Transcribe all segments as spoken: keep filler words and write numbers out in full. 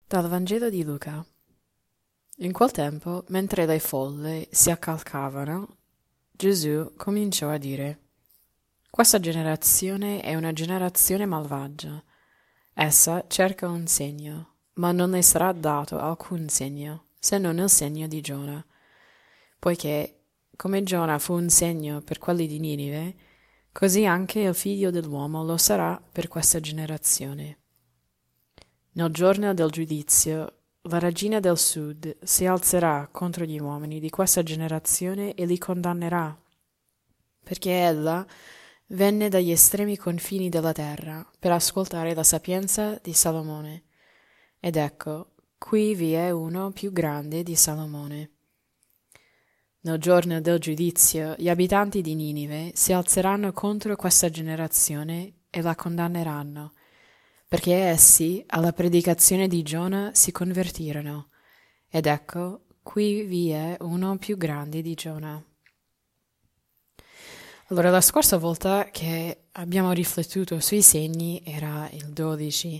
Dal Vangelo di Luca. In quel tempo, mentre le folle si accalcavano, Gesù cominciò a dire: Questa generazione è una generazione malvagia. Essa cerca un segno, ma non le sarà dato alcun segno, se non il segno di Giona. Poiché, come Giona fu un segno per quelli di Ninive, così anche il figlio dell'uomo lo sarà per questa generazione. Nel giorno del giudizio, la regina del sud si alzerà contro gli uomini di questa generazione e li condannerà, perché ella venne dagli estremi confini della terra per ascoltare la sapienza di Salomone. Ed ecco, qui vi è uno più grande di Salomone. Nel giorno del giudizio, gli abitanti di Ninive si alzeranno contro questa generazione e la condanneranno, perché essi alla predicazione di Giona si convertirono. Ed ecco, qui vi è uno più grande di Giona. Allora, la scorsa volta che abbiamo riflettuto sui segni era il dodici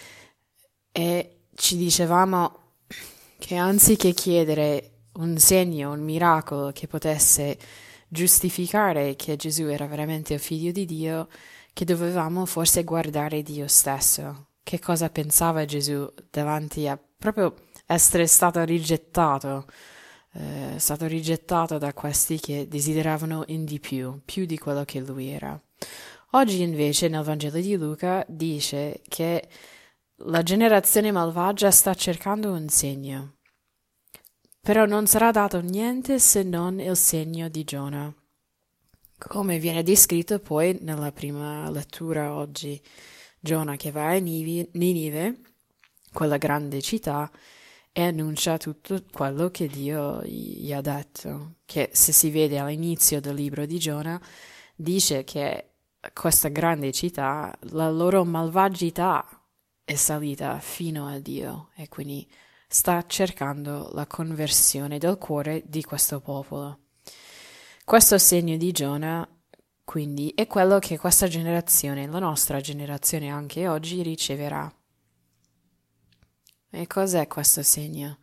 e ci dicevamo che anziché chiedere un segno, un miracolo che potesse giustificare che Gesù era veramente il figlio di Dio, che dovevamo forse guardare Dio stesso. Che cosa pensava Gesù davanti a proprio essere stato rigettato, eh, stato rigettato da questi che desideravano in di più, più di quello che lui era. Oggi invece nel Vangelo di Luca dice che la generazione malvagia sta cercando un segno, però non sarà dato niente se non il segno di Giona, come viene descritto poi nella prima lettura oggi. Giona che va a Ninive, quella grande città, e annuncia tutto quello che Dio gli ha detto, che se si vede all'inizio del libro di Giona, dice che questa grande città, la loro malvagità è salita fino a Dio e quindi sta cercando la conversione del cuore di questo popolo. Questo segno di Giona, quindi, è quello che questa generazione, la nostra generazione anche oggi, riceverà. E cos'è questo segno?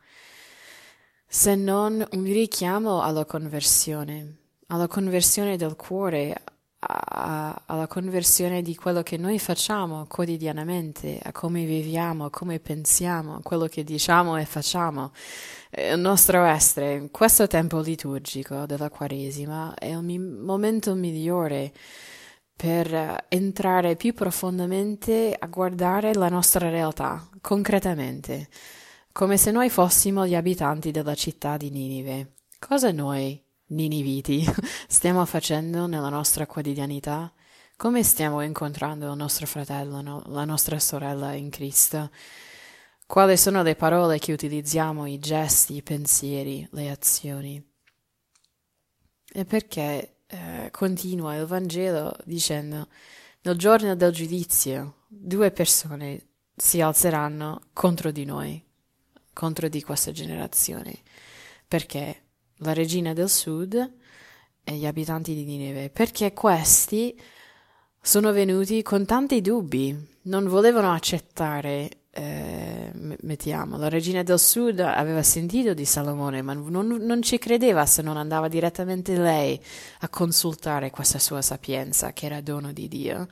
Se non un richiamo alla conversione, alla conversione del cuore, a- alla conversione di quello che noi facciamo quotidianamente, a come viviamo, a come pensiamo, a quello che diciamo e facciamo. Eh, Il nostro essere, questo tempo liturgico della Quaresima è il mi- momento migliore per eh, entrare più profondamente a guardare la nostra realtà, concretamente, come se noi fossimo gli abitanti della città di Ninive. Cosa noi, niniviti, stiamo facendo nella nostra quotidianità? Come stiamo incontrando il nostro fratello, no? La nostra sorella in Cristo? Quali sono le parole che utilizziamo, i gesti, i pensieri, le azioni? E perché eh, continua il Vangelo dicendo: nel giorno del giudizio, due persone si alzeranno contro di noi, contro di questa generazione. Perché? La regina del sud e gli abitanti di Nineve, perché questi sono venuti con tanti dubbi, non volevano accettare, eh, mettiamo, la regina del sud aveva sentito di Salomone, ma non, non ci credeva se non andava direttamente lei a consultare questa sua sapienza, che era dono di Dio.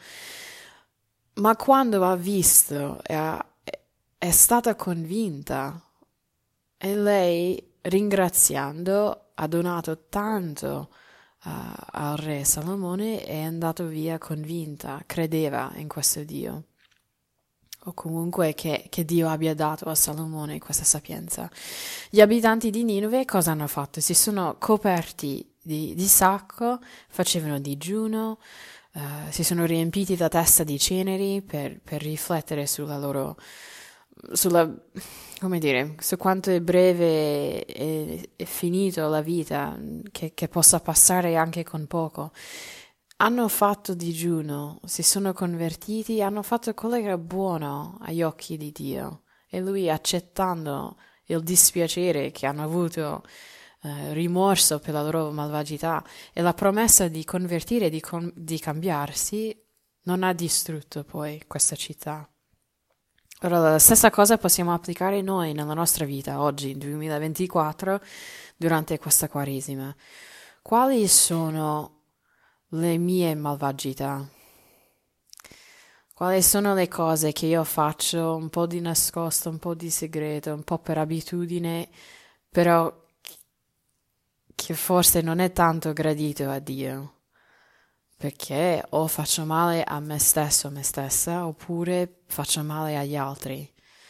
Ma quando ha visto, è, è stata convinta e lei, ringraziando, ha donato tanto a- al re Salomone e è andato via convinta, credeva in questo Dio, o comunque che, che Dio abbia dato a Salomone questa sapienza. Gli abitanti di Ninive cosa hanno fatto? Si sono coperti di, di sacco, facevano digiuno, eh, si sono riempiti la testa di ceneri per, per riflettere sulla loro sulla, come dire, su quanto è breve e, e finito la vita, che, che possa passare anche con poco. Hanno fatto digiuno, si sono convertiti, hanno fatto quello che era buono agli occhi di Dio. E lui, accettando il dispiacere che hanno avuto, eh, rimorso per la loro malvagità e la promessa di convertire, di, com- di cambiarsi, non ha distrutto poi questa città. Ora, la stessa cosa possiamo applicare noi nella nostra vita oggi, duemilaventiquattro, durante questa Quaresima. Quali sono le mie malvagità? Quali sono le cose che io faccio un po' di nascosto, un po' di segreto, un po' per abitudine, però che forse non è tanto gradito a Dio? Perché o faccio male a me stesso, a me stessa, oppure faccio male agli altri.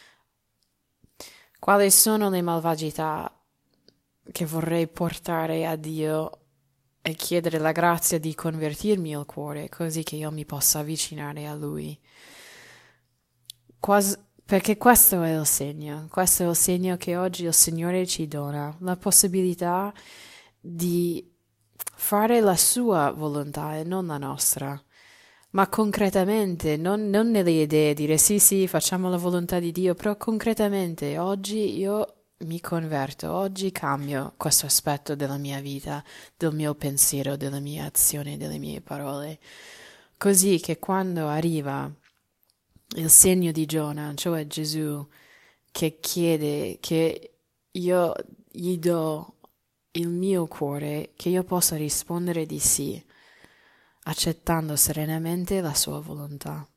Quali sono le malvagità che vorrei portare a Dio e chiedere la grazia di convertirmi il cuore, così che io mi possa avvicinare a Lui? Quasi- perché questo è il segno, questo è il segno che oggi il Signore ci dona, la possibilità di fare la sua volontà e non la nostra. Ma concretamente, non, non nelle idee, dire sì, sì, facciamo la volontà di Dio, però concretamente oggi io mi converto, oggi cambio questo aspetto della mia vita, del mio pensiero, della mia azione, delle mie parole, così che quando arriva il segno di Giona, cioè Gesù, che chiede che io gli do il mio cuore, che io possa rispondere di sì, accettando serenamente la sua volontà.